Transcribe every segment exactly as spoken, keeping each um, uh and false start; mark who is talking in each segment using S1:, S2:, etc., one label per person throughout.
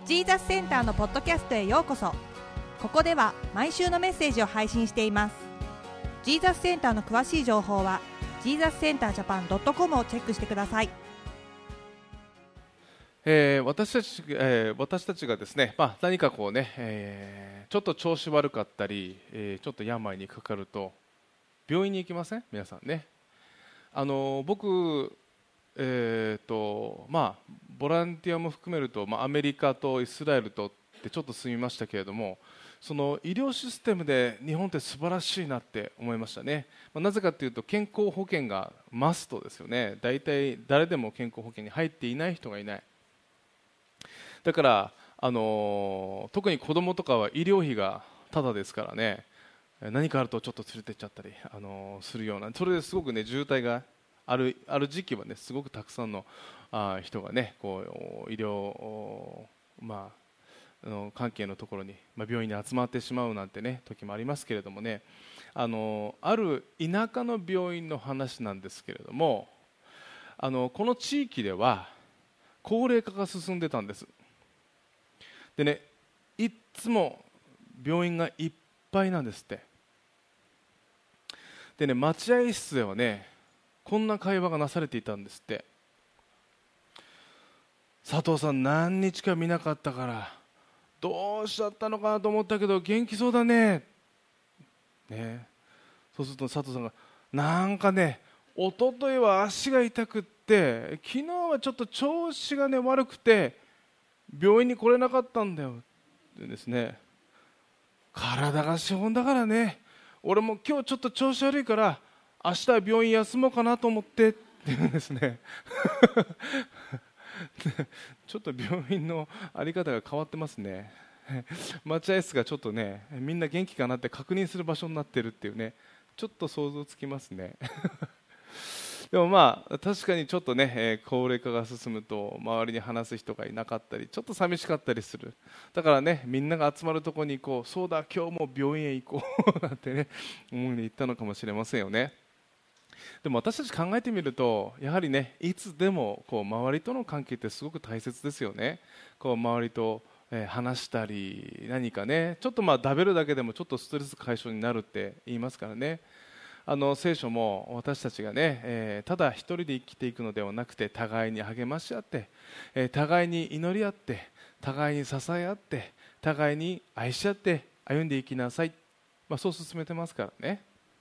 S1: ジーザスセンターのポッドキャストへようこそ。ここでは毎週のメッセージを配信しています。ジーザスセンターの詳しい情報は ジーザスセンタージャパンドットコム をチェックしてください。
S2: えー、私たち、えー、私たちがですね、まあ、何かこうね、えー、ちょっと調子悪かったり、えー、ちょっと病にかかると病院に行きません？皆さんね。あの僕、えーとまあ、ボランティアも含めると、まあ、アメリカとイスラエルとってちょっと住みましたけれども、その医療システムで日本って素晴らしいなって思いましたね。まあ、なぜかというと健康保険がマストですよね。大体誰でも健康保険に入っていない人がいない。だから、あのー、特に子どもとかは医療費がタダですからね、何かあるとちょっと連れてっちゃったり、あのー、するような、それですごくね渋滞がある、ある時期はねすごくたくさんのあ人がねこう医療、まあ、あの関係のところに、まあ、病院に集まってしまうなんてね時もありますけれどもね、あのある田舎の病院の話なんですけれども、あのこの地域では高齢化が進んでたんです。でね、いっつも病院がいっぱいなんですって。でね、待合室ではねこんな会話がなされていたんですって。佐藤さん、何日か見なかったからどうしちゃったのかなと思ったけど元気そうだね。ね、そうすると佐藤さんが、なんかね一昨日は足が痛くって昨日はちょっと調子がね悪くて病院に来れなかったんだよってですね。体が資本だからね、俺も今日ちょっと調子悪いから明日は病院休もうかなと思ってって言うんですねちょっと病院のあり方が変わってますね待合室がちょっとねみんな元気かなって確認する場所になってるっていうね、ちょっと想像つきますねでもまあ確かにちょっとね、えー、高齢化が進むと周りに話す人がいなかったりちょっと寂しかったりする。だからねみんなが集まるところに行こう、そうだ今日も病院へ行こうなんてね思いに行ったのかもしれませんよね。でも私たち考えてみるとやはりねいつでもこう周りとの関係ってすごく大切ですよね。こう周りとえ話したり何かねちょっとまあ食べるだけでもちょっとストレス解消になるって言いますからね。あの聖書も私たちがね、えー、ただ一人で生きていくのではなくて互いに励まし合って、えー、互いに祈り合って互いに支え合って互いに愛し合って歩んでいきなさい、まあ、そう進めてますからね。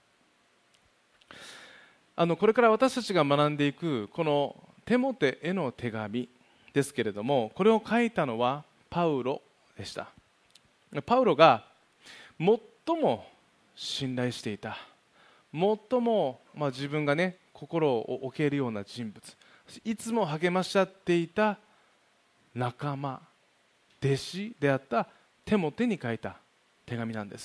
S2: あのこれから私たちが学んでいくこのテモテへの手紙ですけれども、これを書いたのはパウロでした。パウロが最も信頼していた、最も、まあ、自分がね心を置けるような人物、いつも励まし合っていた仲間弟子であったテモテに書いた手紙なんです。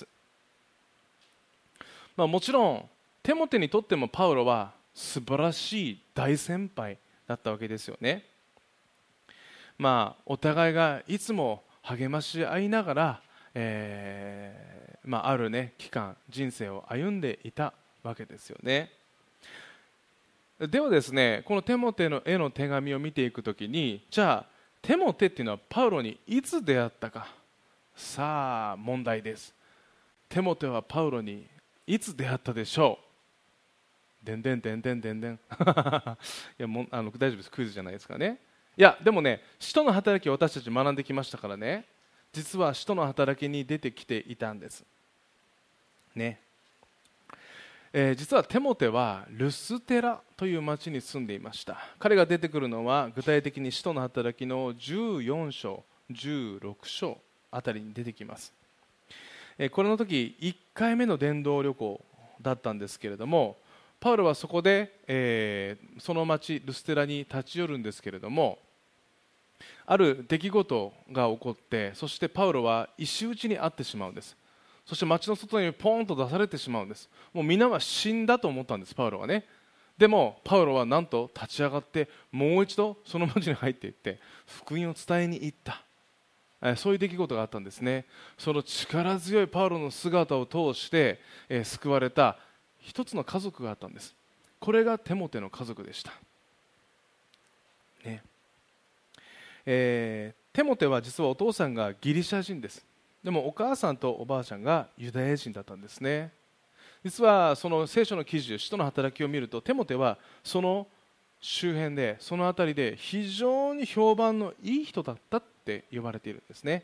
S2: まあ、もちろんテモテにとってもパウロは素晴らしい大先輩だったわけですよね。まあお互いがいつも励まし合いながら、えーまあ、あるね期間人生を歩んでいたわけですよね。ではですね、このテモテのへの手紙を見ていくときに、じゃあテモテっていうのはパウロにいつ出会ったか。さあ問題です。テモテはパウロにいつ出会ったでしょう。でんでんでんでんでんでんいやもうあの大丈夫です、クイズじゃないですからね。いやでもね、使徒の働きを私たち学んできましたからね、実は使徒の働きに出てきていたんですね。えー、実はテモテはルステラという町に住んでいました。彼が出てくるのは具体的に使徒の働きのじゅうよん章じゅうろく章あたりに出てきます。えー、これの時いっかいめの伝道旅行だったんですけれども、パウロはそこで、えー、その町ルステラに立ち寄るんですけれども、ある出来事が起こって、そしてパウロは石打ちに遭ってしまうんです。そして町の外にポーンと出されてしまうんです。もう皆は死んだと思ったんです、パウロはね。でもパウロはなんと立ち上がってもう一度その町に入っていって福音を伝えに行った、えー、そういう出来事があったんですね。その力強いパウロの姿を通して、えー、救われた一つの家族があったんです。これがテモテの家族でした、ね。えー、 テモテは実はお父さんがギリシャ人です。でもお母さんとおばあちゃんがユダヤ人だったんですね。実はその聖書の記事、使徒の働きを見ると、テモテはその周辺で、その辺りで非常に評判のいい人だったって言われているんですね。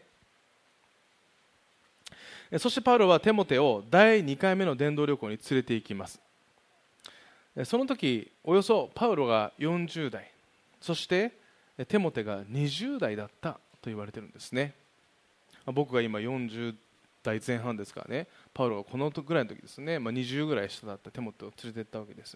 S2: そしてパウロはテモテをだいにかいめの伝道旅行に連れて行きます。その時およそパウロがよんじゅうだい、そしてテモテがにじゅうだいだったと言われているんですね。僕が今よんじゅうだいぜん半ですからね、パウロがこのぐらいの時ですね、まあ、にじゅうぐらい下だったテモテを連れて行ったわけです。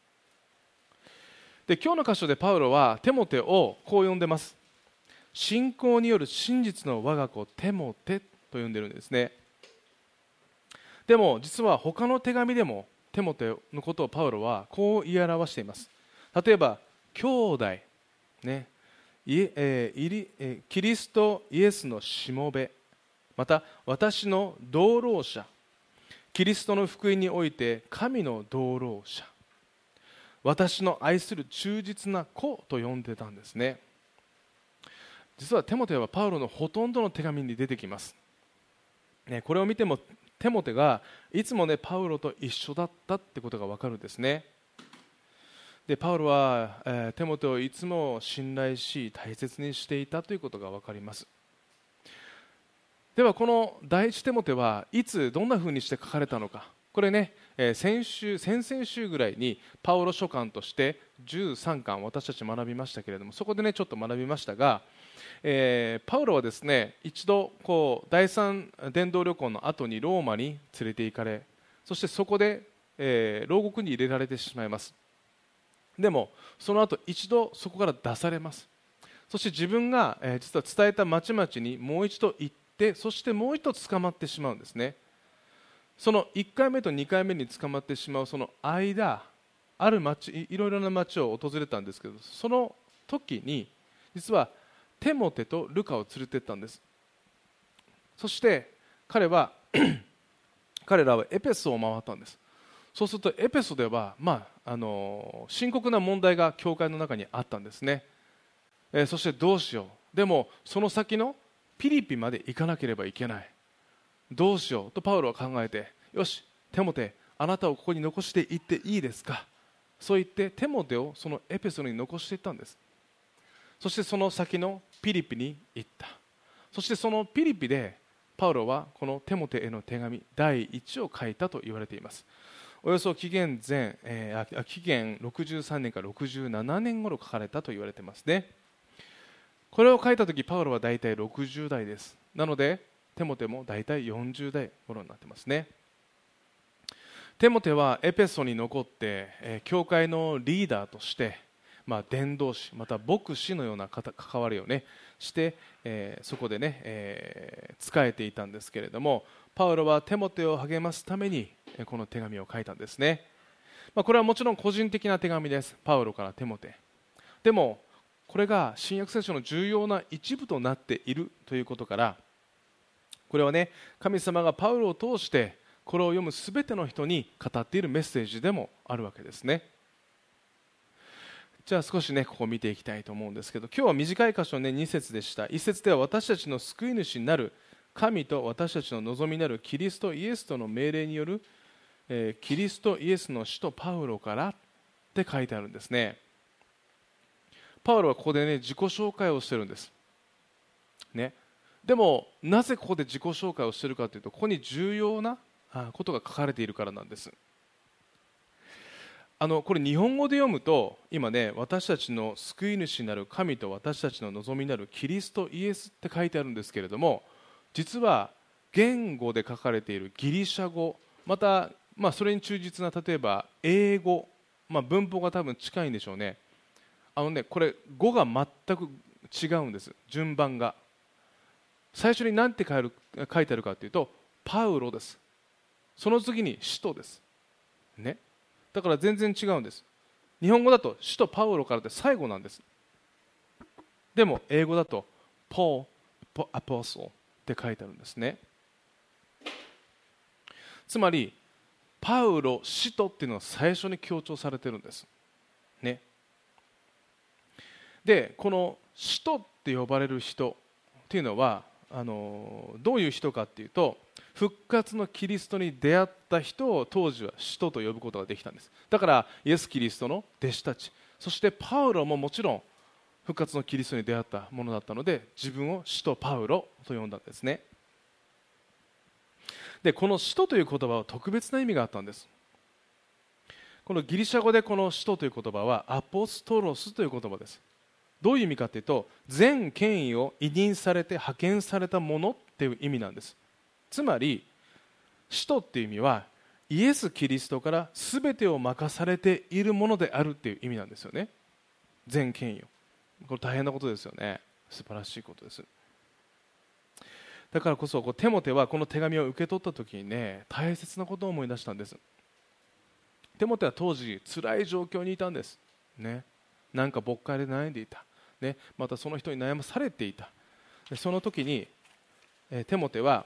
S2: で、今日の箇所でパウロはテモテをこう呼んでます。信仰による真実の我が子テモテと呼んでるんですね。でも実は他の手紙でもテモテのことをパウロはこう言い表しています。例えば兄弟、ね、いえーいりえー、キリストイエスのしもべ、また私の同労者、キリストの福音において神の同労者、私の愛する忠実な子と呼んでたんですね。実はテモテはパウロのほとんどの手紙に出てきます、ね、これを見てもテモテがいつもねパウロと一緒だったってことが分かるんですね。でパウロは、えー、テモテをいつも信頼し大切にしていたということが分かります。ではこの第一テモテはいつどんなふうにして書かれたのか、これね、えー、先週先々週ぐらいにパウロ書簡としてじゅうさんかん私たち学びましたけれども、そこでねちょっと学びましたが、えー、パウロはですね一度こう第三伝道旅行の後にローマに連れて行かれ、そしてそこで、えー、牢獄に入れられてしまいます。でもその後一度そこから出されます。そして自分が、えー、実は伝えた町々にもう一度行って、そしてもう一度捕まってしまうんですね。そのいっかいめとにかいめに捕まってしまうその間、ある町、いろいろな町を訪れたんですけど、その時に実はテモテとルカを連れて行ったんです。そして彼は彼らはエペソを回ったんです。そうするとエペソでは、まあ、あの深刻な問題が教会の中にあったんですね、えー、そしてどうしよう、でもその先のピリピまで行かなければいけない、どうしようとパウロは考えて、よしテモテ、あなたをここに残していっていいですか、そう言ってテモテをそのエペソに残していったんです。そしてその先のピリピに行った。そしてそのピリピでパウロはこのテモテへの手紙だいいちを書いたと言われています。およそ紀元前、えー、紀元ろくじゅうさんねんからろくじゅうななねん頃書かれたと言われていますね。これを書いた時パウロはだいたいろくじゅうだいです。なのでテモテもだいたいよんじゅうだい頃になってますね。テモテはエペソに残って、えー、教会のリーダーとして、まあ、伝道師また牧師のような関わりを、ね、して、えー、そこでね、えー、仕えていたんですけれども、パウロはテモテを励ますためにこの手紙を書いたんですね。まあ、これはもちろん個人的な手紙です。パウロからテモテ。でもこれが新約聖書の重要な一部となっているということから、これはね神様がパウロを通してこれを読むすべての人に語っているメッセージでもあるわけですね。じゃあ少しねここを見ていきたいと思うんですけど、今日は短い箇所ねに節でした。いち節では私たちの救い主になる神と私たちの望みなるキリストイエスとの命令による、えー、キリストイエスの使徒パウロからって書いてあるんですね。パウロはここでね自己紹介をしてるんですね。でもなぜここで自己紹介をしているかというと、ここに重要なことが書かれているからなんです。あのこれ日本語で読むと今ね、私たちの救い主になる神と私たちの望みになるキリストイエスって書いてあるんですけれども、実は言語で書かれているギリシャ語、また、まあ、それに忠実な例えば英語、まあ、文法が多分近いんでしょうね。あのねこれ語が全く違うんです。順番が最初に何て書いてあるかというとパウロです。その次に使徒ですね。だから全然違うんです。日本語だと使徒パウロからって最後なんです。でも英語だとポール・アポストルって書いてあるんですね。つまりパウロ、使徒っていうのは最初に強調されてるんですね。でこの使徒っって呼ばれる人というのはあのどういう人かというと、復活のキリストに出会った人を当時は使徒と呼ぶことができたんです。だからイエス・キリストの弟子たち、そしてパウロももちろん復活のキリストに出会ったものだったので、自分を使徒パウロと呼んだんですね。でこの使徒という言葉は特別な意味があったんです。このギリシャ語でこの使徒という言葉はアポストロスという言葉です。どういう意味かというと、全権威を委任されて派遣されたものという意味なんです。つまり使徒っていう意味はイエス・キリストから全てを任されているものであるという意味なんですよね。全権威を、これ大変なことですよね。素晴らしいことです。だからこそこうテモテはこの手紙を受け取った時にね、大切なことを思い出したんです。テモテは当時辛い状況にいたんですね。なんか牧会で悩んでいた、ね、またその人に悩まされていた。でその時に、えー、テモテは、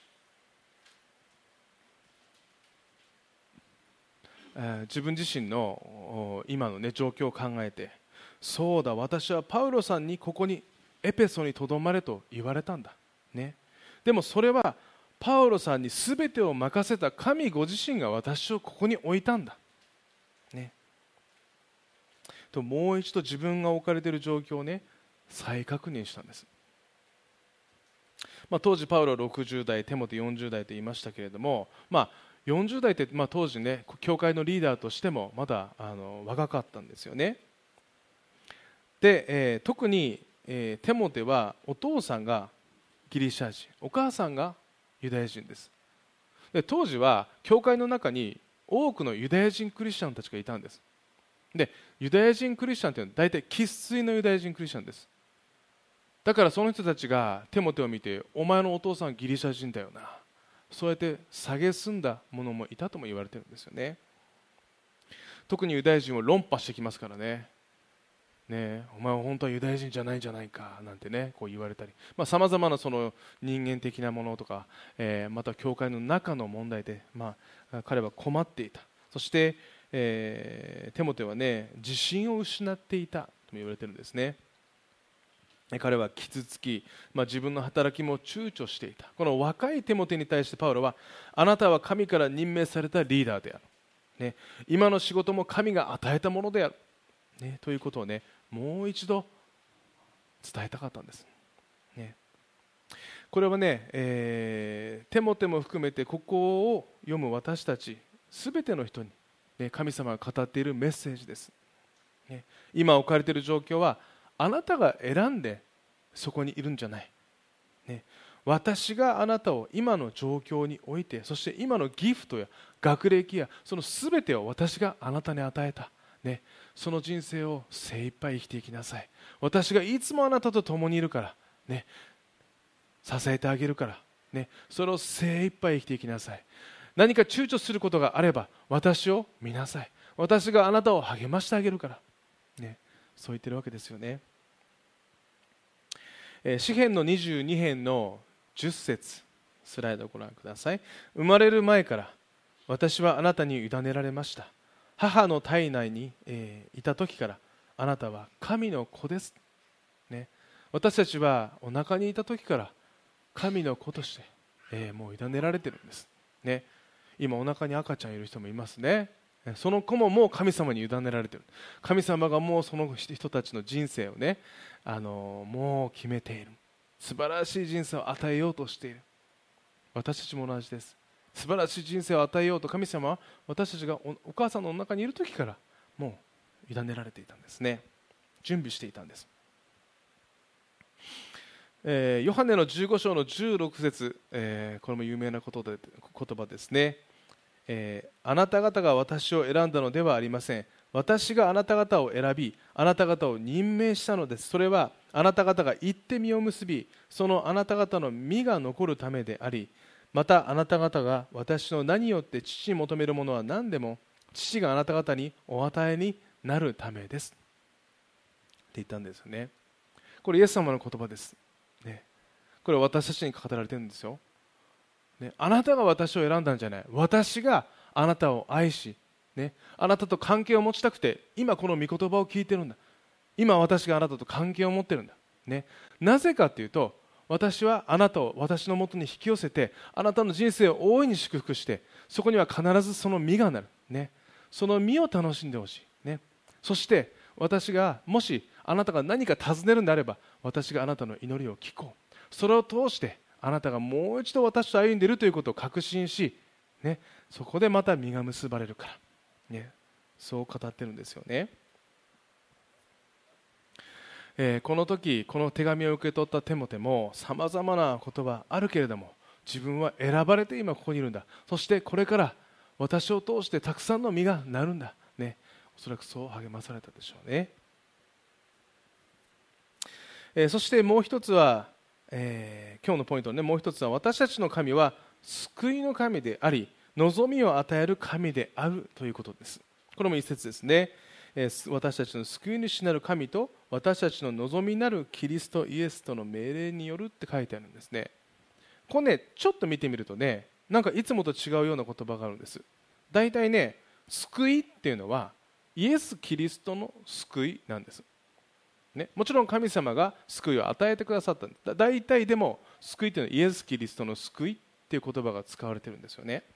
S2: えー、自分自身の今の、ね、状況を考えて、そうだ、私はパウロさんにここにエペソにとどまれと言われたんだ、ね、でもそれはパウロさんに全てを任せた神ご自身が私をここに置いたんだ、ね、ともう一度自分が置かれている状況を、ね、再確認したんです。まあ、当時パウロはろくじゅう代、テモテよんじゅう代と言いましたけれども、まあ、よんじゅう代って、まあ、当時ね教会のリーダーとしてもまだあの若かったんですよね。で、えー、特に、えー、テモテはお父さんがギリシャ人、お母さんがユダヤ人です。で当時は教会の中に多くのユダヤ人クリスチャンたちがいたんです。でユダヤ人クリスチャンというのは大体生粋のユダヤ人クリスチャンです。だからその人たちがテモテを見て、お前のお父さんはギリシャ人だよな、そうやって蔑んだ者もいたとも言われているんですよね。特にユダヤ人を論破してきますからね。ねえ、お前は本当はユダヤ人じゃないんじゃないかなんてね、こう言われたり、さまざ、まなその人間的なものとか、えー、また教会の中の問題で、まあ、彼は困っていた。そして、えー、テモテはね自信を失っていたとも言われているんですね。彼は傷つき、まあ、自分の働きも躊躇していた。この若いテモテに対してパウロは、あなたは神から任命されたリーダーである、ね、今の仕事も神が与えたものである、ね、ということをねもう一度伝えたかったんです、ね、これはね、えー、テモテも含めてここを読む私たちすべての人に、ね、神様が語っているメッセージです、ね、今置かれている状況はあなたが選んでそこにいるんじゃない、ね、私があなたを今の状況において、そして今のギフトや学歴やそのすべてを私があなたに与えた、ね、その人生を精一杯生きていきなさい。私がいつもあなたと共にいるから、ね、支えてあげるから、ね、それを精一杯生きていきなさい。何か躊躇することがあれば私を見なさい。私があなたを励ましてあげるから、ね、そう言ってるわけですよね。えー、詩編のにじゅうに編のじゅっ節、スライドをご覧ください。生まれる前から私はあなたに委ねられました。母の体内に、えー、いた時からあなたは神の子です、ね、私たちはお腹にいた時から神の子として、えー、もう委ねられているんです、ね、今お腹に赤ちゃんいる人もいますね。その子ももう神様に委ねられている。神様がもうその人たちの人生をね、あのもう決めている。素晴らしい人生を与えようとしている。私たちも同じです。素晴らしい人生を与えようと神様は私たちが お, お母さんの中にいる時からもう委ねられていたんですね。準備していたんです。えー、ヨハネのじゅうご章のじゅうろく節、えー、これも有名なことで言葉ですね。えー、あなた方が私を選んだのではありません。私があなた方を選びあなた方を任命したのです。それはあなた方が行って実を結び、そのあなた方の実が残るためであり、またあなた方が私の名によって父に求めるものは何でも父があなた方にお与えになるためですって言ったんですよね。これイエス様の言葉です、ね、これは私たちに語られてるんですよ、ね、あなたが私を選んだんじゃない。私があなたを愛し、ね、あなたと関係を持ちたくて今この御言葉を聞いてるんだ。今私があなたと関係を持ってるんだ、 ね、なぜかというと、私はあなたを私のもとに引き寄せて、あなたの人生を大いに祝福して、そこには必ずその実がなる、ね、その実を楽しんでほしい、ね、そして私がもしあなたが何か尋ねるのであれば、私があなたの祈りを聞こう。それを通してあなたがもう一度私と歩んでいるということを確信し、ね、そこでまた実が結ばれるから、ね、そう語ってるんですよね。えー、この時この手紙を受け取ったテモテも、さまざまな言葉あるけれども、自分は選ばれて今ここにいるんだ、そしてこれから私を通してたくさんの実がなるんだ、ね、おそらくそう励まされたでしょうね。えー、そしてもう一つは、えー、今日のポイントね、もう一つは、私たちの神は救いの神であり、望みを与える神であるということです。これも一節ですね。私たちの救い主なる神と私たちの望みなるキリストイエスとの命令によるって書いてあるんですね。これね、ちょっと見てみるとね、なんかいつもと違うような言葉があるんです。だいたいね、救いっていうのはイエス・キリストの救いなんです、ね、もちろん神様が救いを与えてくださったんです。だいたいでも救いっていうのはイエス・キリストの救いっていう言葉が使われてるんですよね。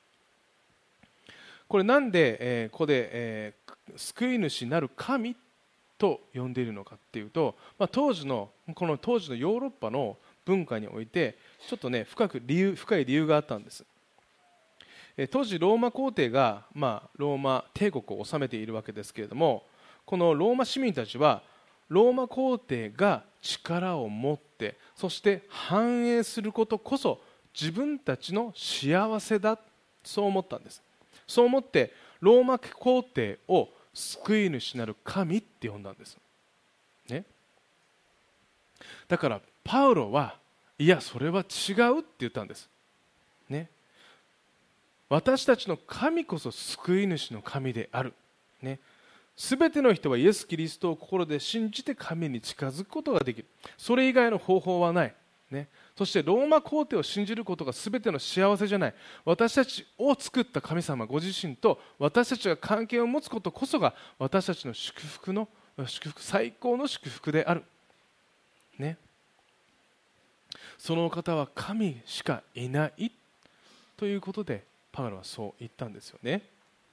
S2: これなんで、えー、ここで、えー、救い主なる神と呼んでいるのかっていうと、まあ、当時のこの当時のヨーロッパの文化においてちょっとね深く理由深い理由があったんです。えー、当時ローマ皇帝が、まあ、ローマ帝国を治めているわけですけれども、このローマ市民たちはローマ皇帝が力を持って、そして繁栄することこそ自分たちの幸せだ、そう思ったんです。そう思ってローマ皇帝を救い主なる神って呼んだんです、ね、だからパウロはいやそれは違うって言ったんです、ね、私たちの神こそ救い主の神である、ね、すべての人はイエス・キリストを心で信じて神に近づくことができる。それ以外の方法はない、ね、そしてローマ皇帝を信じることが全ての幸せじゃない。私たちを作った神様ご自身と私たちが関係を持つことこそが私たちの祝福の祝福最高の祝福である、ね、その方は神しかいないということでパウロはそう言ったんですよね。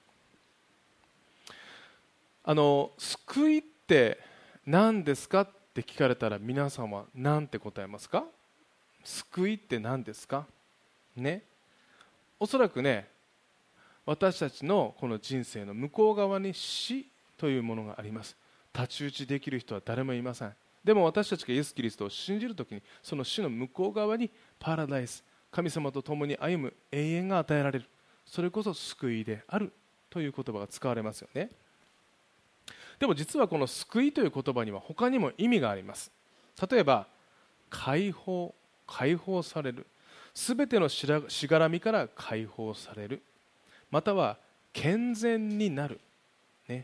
S2: あの救いって何ですかって聞かれたら皆さんは何て答えますか？救いって何ですかね。おそらくね、私たちのこの人生の向こう側に死というものがあります。太刀打ちできる人は誰もいません。でも私たちがイエス・キリストを信じるときに、その死の向こう側にパラダイス、神様と共に歩む永遠が与えられる。それこそ救いであるという言葉が使われますよね。でも実はこの救いという言葉には他にも意味があります。例えば解放、解放される、すべてのしがらみから解放される、または健全になる、ね、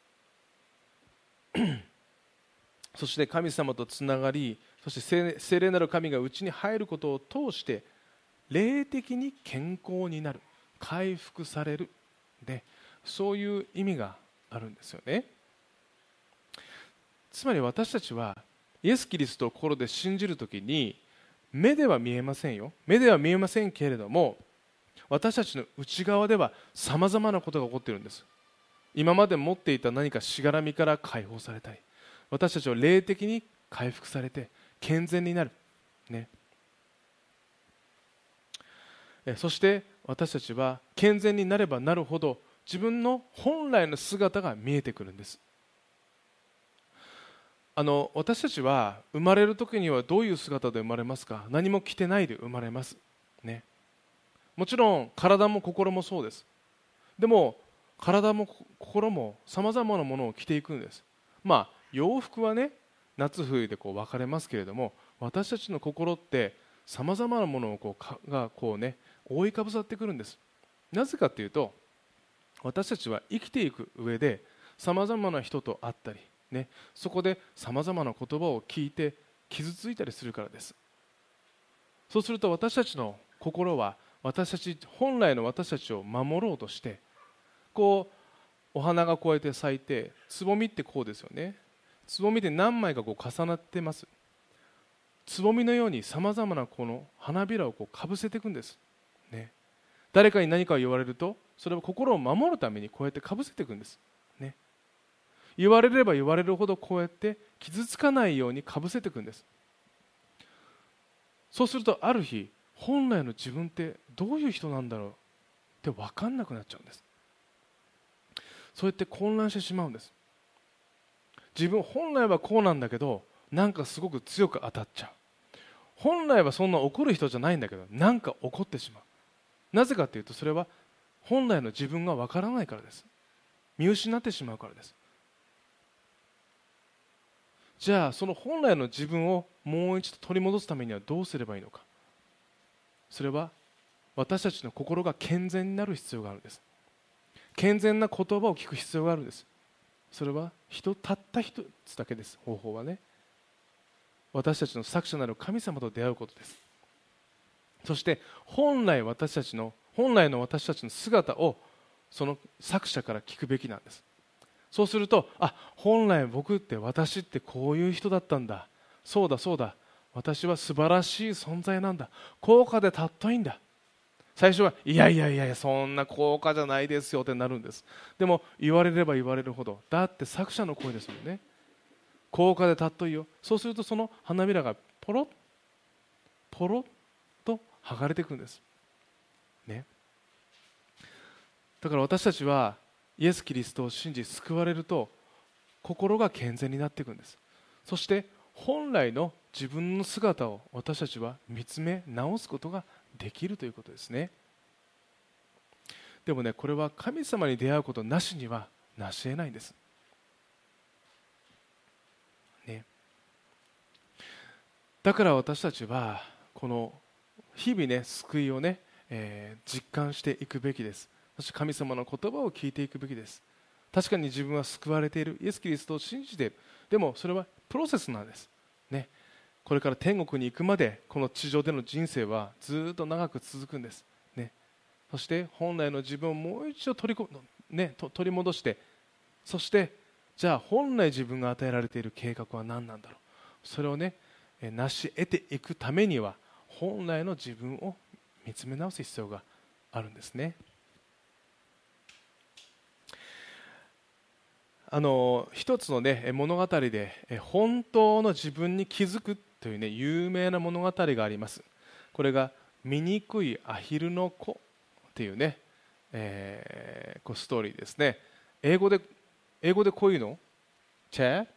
S2: そして神様とつながり、そして聖霊なる神がうちに入ることを通して霊的に健康になる、回復される、でそういう意味があるんですよね。つまり私たちはイエス・キリストを心で信じるときに、目では見えませんよ。目では見えませんけれども、私たちの内側ではさまざまなことが起こっているんです。今まで持っていた何かしがらみから解放されたり、私たちは霊的に回復されて健全になる、ね、そして私たちは健全になればなるほど自分の本来の姿が見えてくるんです。あの私たちは生まれる時にはどういう姿で生まれますか？何も着てないで生まれます、ね、もちろん体も心もそうです。でも体も心もさまざまなものを着ていくんです。まあ洋服はね、夏冬でこう分かれますけれども、私たちの心ってさまざまなものをこうかがこうね覆いかぶさってくるんです。なぜかというと、私たちは生きていく上でさまざまな人と会ったりね、そこでさまざまな言葉を聞いて傷ついたりするからです。そうすると私たちの心は私たち本来の私たちを守ろうとして、こうお花がこうやって咲いて、つぼみってこうですよね。つぼみって何枚かこう重なってます。 つぼみのようにさまざまなこの花びらをこうかぶせていくんです、ね、誰かに何かを言われるとそれは心を守るためにこうやってかぶせていくんです、ね、言われれば言われるほどこうやって傷つかないようにかぶせていくんです。そうするとある日本来の自分ってどういう人なんだろうって分かんなくなっちゃうんです。そうやって混乱してしまうんです。自分本来はこうなんだけどなんかすごく強く当たっちゃう。本来はそんな怒る人じゃないんだけどなんか怒ってしまう。なぜかというとそれは本来の自分が分からないからです。見失ってしまうからです。じゃあその本来の自分をもう一度取り戻すためにはどうすればいいのか。それは私たちの心が健全になる必要があるんです。健全な言葉を聞く必要があるんです。それは人たった一つだけです。方法はね、私たちの作者なる神様と出会うことです。そして本来私たちの本来の私たちの姿をその作者から聞くべきなんです。そうすると、あ、本来僕って私ってこういう人だったんだ、そうだそうだ、私は素晴らしい存在なんだ、高価で尊いんだ。最初はいやいやいやそんな高価じゃないですよってなるんです。でも言われれば言われるほど、だって作者の声ですもんね。高価で尊いよ。そうするとその花びらがポロッポロッと剥がれていくんです、ね、だから私たちはイエス・キリストを信じ救われると心が健全になっていくんです。そして本来の自分の姿を私たちは見つめ直すことができるということですね。でもね、これは神様に出会うことなしにはなし得ないんです、ね、だから私たちはこの日々ね救いをね、えー、実感していくべきです。そして神様の言葉を聞いていくべきです。確かに自分は救われている、イエス・キリストを信じている。でもそれはプロセスなんです、ね、これから天国に行くまでこの地上での人生はずっと長く続くんです、ね、そして本来の自分をもう一度取りこ、ね、と取り戻して、そしてじゃあ本来自分が与えられている計画は何なんだろう。それをね成し得ていくためには本来の自分を見つめ直す必要があるんですね。あの一つの、ね、物語で本当の自分に気づくという、ね、有名な物語があります。これが醜いアヒルの子というね、えー、こうストーリーですね。英語で英語でこういうの Chad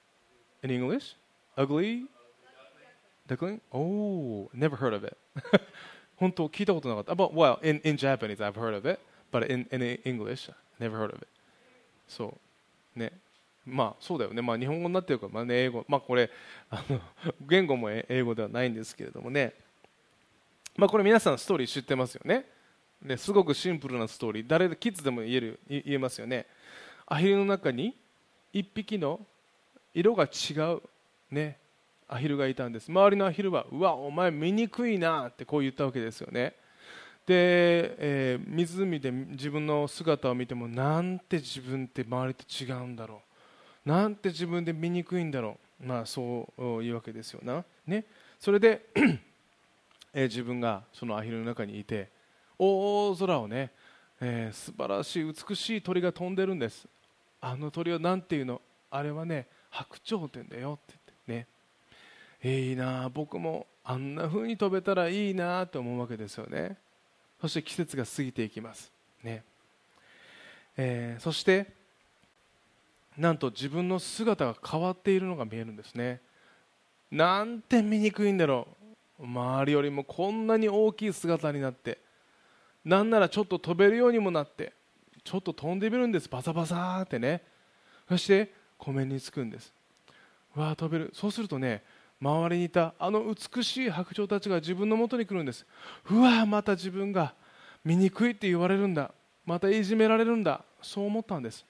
S2: in English ugly duckling oh never heard of it 本当聞いたことなかった。But well in in Japanese I've heard of it but in in English never heard of it そうね、まあそうだよね、まあ、日本語になってるから、まあね、英語、まあ、これあの言語も英語ではないんですけれどもね、まあ、これ皆さんストーリー知ってますよね。ですごくシンプルなストーリー、誰でキッズでも言える言えますよね。アヒルの中に一匹の色が違う、ね、アヒルがいたんです。周りのアヒルはうわお前醜いなってこう言ったわけですよね。で、えー、湖で自分の姿を見てもなんて自分って周りと違うんだろう、なんて自分で醜いんだろう、まあそういうわけですよな、ね、それで、えー、自分がそのアヒルの中にいて大空をね、えー、素晴らしい美しい鳥が飛んでるんです。あの鳥はなんていうの、あれはね白鳥って言うんだよって言ってね、えー、いいな僕もあんな風に飛べたらいいなと思うわけですよね。そして季節が過ぎていきます、ねえー、そしてなんと自分の姿が変わっているのが見えるんですね。なんて醜いんだろう、周りよりもこんなに大きい姿になって、なんならちょっと飛べるようにもなって、ちょっと飛んでみるんです、バサバサーってね。そして湖面につくんです。わあ飛べる。そうするとね、周りにいたあの美しい白鳥たちが自分の元に来るんです。うわまた自分が醜いって言われるんだ、またいじめられるんだ、そう思ったんです。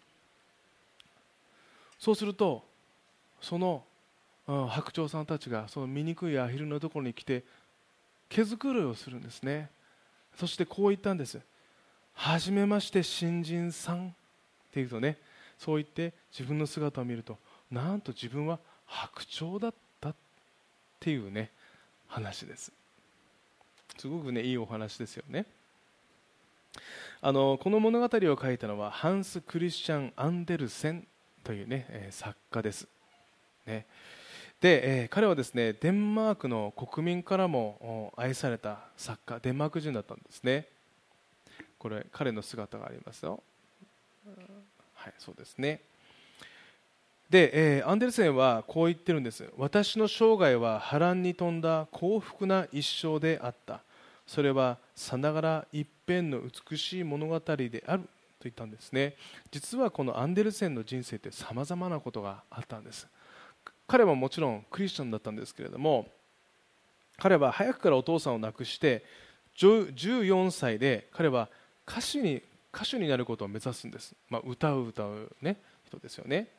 S2: そうするとその、うん、白鳥さんたちがその醜いアヒルのところに来て毛づくろいをするんですね。そしてこう言ったんです。はじめまして新人さんって言うとね、そう言って自分の姿を見るとなんと自分は白鳥だった。 っていうね話です。すごくねいいお話ですよね。あのこの物語を書いたのはハンス・クリスチャン・アンデルセンというね、えー、作家です、ね。で、えー、彼はですねデンマークの国民からも愛された作家、デンマーク人だったんですね。これ彼の姿がありますよ。はい、そうですね。で、えー、アンデルセンはこう言ってるんです。私の生涯は波乱に富んだ幸福な一生であった。それはさながら一編の美しい物語であると言ったんですね。実はこのアンデルセンの人生ってさまざまなことがあったんです。彼はもちろんクリスチャンだったんですけれども、彼は早くからお父さんを亡くしてじゅうよんさいで彼は歌手に歌手になることを目指すんです、まあ、歌う歌う、ね、人ですよね。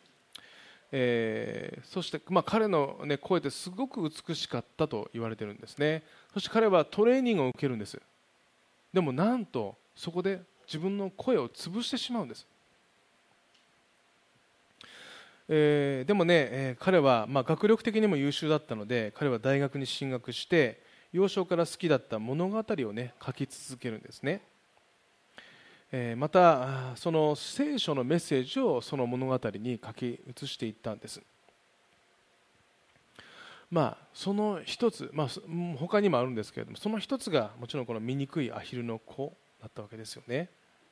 S2: えー、そして、まあ、彼の、ね、声ってすごく美しかったと言われているんですね。そして彼はトレーニングを受けるんです。でもなんとそこで自分の声を潰してしまうんです。えー、でもね、えー、彼は、まあ、学力的にも優秀だったので彼は大学に進学して幼少から好きだった物語を、ね、書き続けるんですね。えー、またその聖書のメッセージをその物語に書き写していったんです。まあ、その一つ、まあ、他にもあるんですけれども、その一つがもちろんこの醜いアヒルの子だったわけですよね。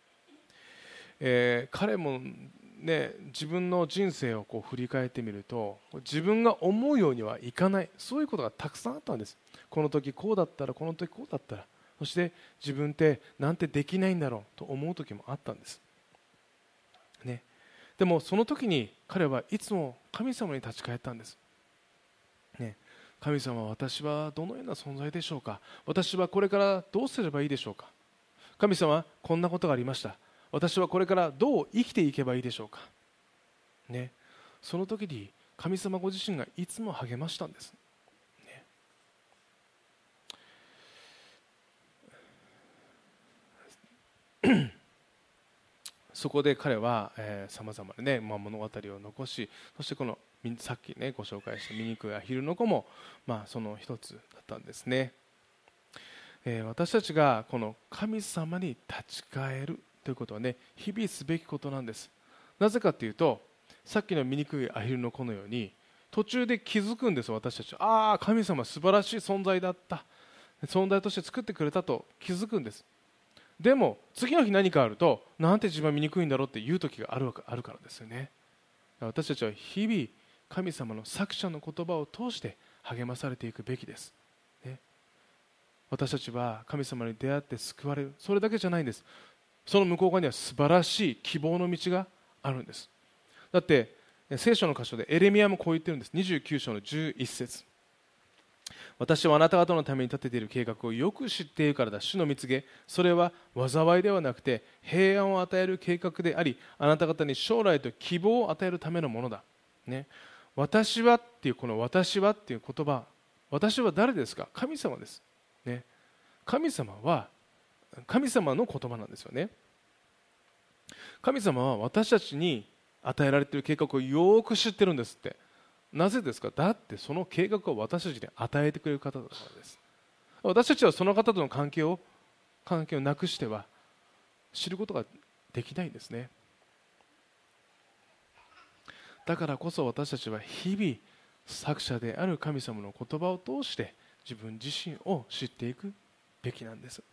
S2: えー、彼も、ね、自分の人生をこう振り返ってみると自分が思うようにはいかない、そういうことがたくさんあったんです。この時こうだったら、この時こうだったら、そして自分ってなんてできないんだろうと思う時もあったんです、ね、でもその時に彼はいつも神様に立ち返ったんです、ね、神様、私はどのような存在でしょうか。私はこれからどうすればいいでしょうか。神様、こんなことがありました。私はこれからどう生きていけばいいでしょうか、ね、その時に神様ご自身がいつも励ましたんです。そこで彼はさまざまな、ねまあ、物語を残し、そしてこのさっき、ね、ご紹介した醜いアヒルの子も、まあ、その一つだったんですね。えー、私たちがこの神様に立ち返るということは、ね、日々すべきことなんです。なぜかというと、さっきの醜いアヒルの子のように途中で気づくんです。私たちはああ、神様素晴らしい存在だった、存在として作ってくれたと気づくんです。でも次の日何かあると、なんて自分は醜いんだろうっていう時があるあるからですよね。私たちは日々神様の作者の言葉を通して励まされていくべきです、ね、私たちは神様に出会って救われる、それだけじゃないんです。その向こう側には素晴らしい希望の道があるんです。だって聖書の箇所でエレミヤもこう言ってるんです。にじゅうきゅう章のじゅういち節、私はあなた方のために立てている計画をよく知っているからだ。主の蜜げ、それは災いではなくて平安を与える計画であり、あなた方に将来と希望を与えるためのものだ、ね、私はっていうこの私はっていう言葉、私は誰ですか。神様です、ね、神様は神様の言葉なんですよね。神様は私たちに与えられている計画をよく知ってるんですって。なぜですか。だってその計画を私たちに与えてくれる方だからです。私たちはその方との関係を関係をなくしては知ることができないんですね。だからこそ私たちは日々作者である神様の言葉を通して自分自身を知っていくべきなんです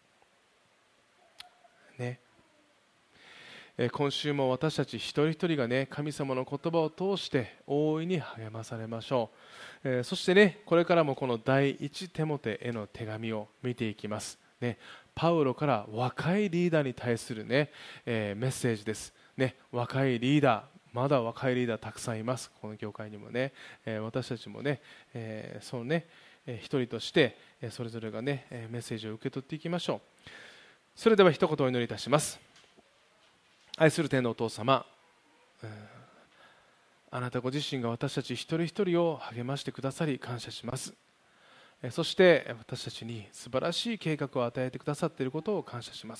S2: ね。今週も私たち一人一人がね、神様の言葉を通して大いに励まされましょう。えー、そしてね、これからもこの第一テモテへの手紙を見ていきます、ね、パウロから若いリーダーに対するね、えー、メッセージです、ね、若いリーダー、まだ若いリーダーたくさんいます、この教会にもね、えー、私たちもね、えー、そのね、えー、一人としてそれぞれがねメッセージを受け取っていきましょう。それでは一言お祈りいたします。愛する天のお父様、あなたご自身が私たち一人一人を励ましてくださり感謝します。そして私たちに素晴らしい計画を与えてくださっていることを感謝します。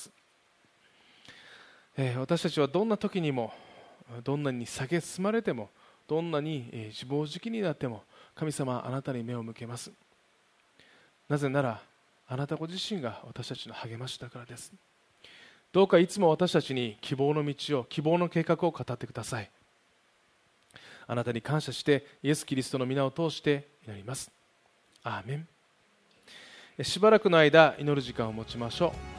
S2: 私たちはどんな時にも、どんなに蔑まれても、どんなに自暴自棄になっても、 神様、あなたに目を向けます。なぜならあなたご自身が私たちの励ましだからです。どうかいつも私たちに希望の道を、希望の計画を語ってください。あなたに感謝してイエス・キリストの皆を通して祈ります。アーメン。しばらくの間祈る時間を持ちましょう。